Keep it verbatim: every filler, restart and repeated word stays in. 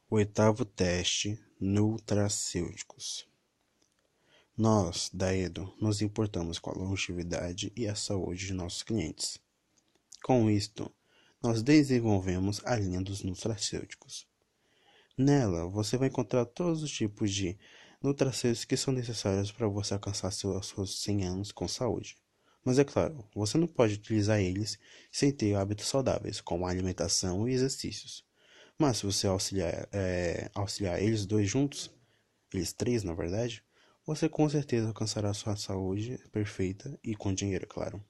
Oitavo teste: nutracêuticos. Nós, da Edo, nos importamos com a longevidade e a saúde de nossos clientes. Com isto, nós desenvolvemos a linha dos nutracêuticos. Nela, você vai encontrar todos os tipos de nutracêuticos que são necessários para você alcançar seus cem anos com saúde. Mas é claro, você não pode utilizar eles sem ter hábitos saudáveis, como alimentação e exercícios. Mas se você auxiliar, é, auxiliar eles dois juntos, eles três na verdade, você com certeza alcançará sua saúde perfeita e com dinheiro, claro.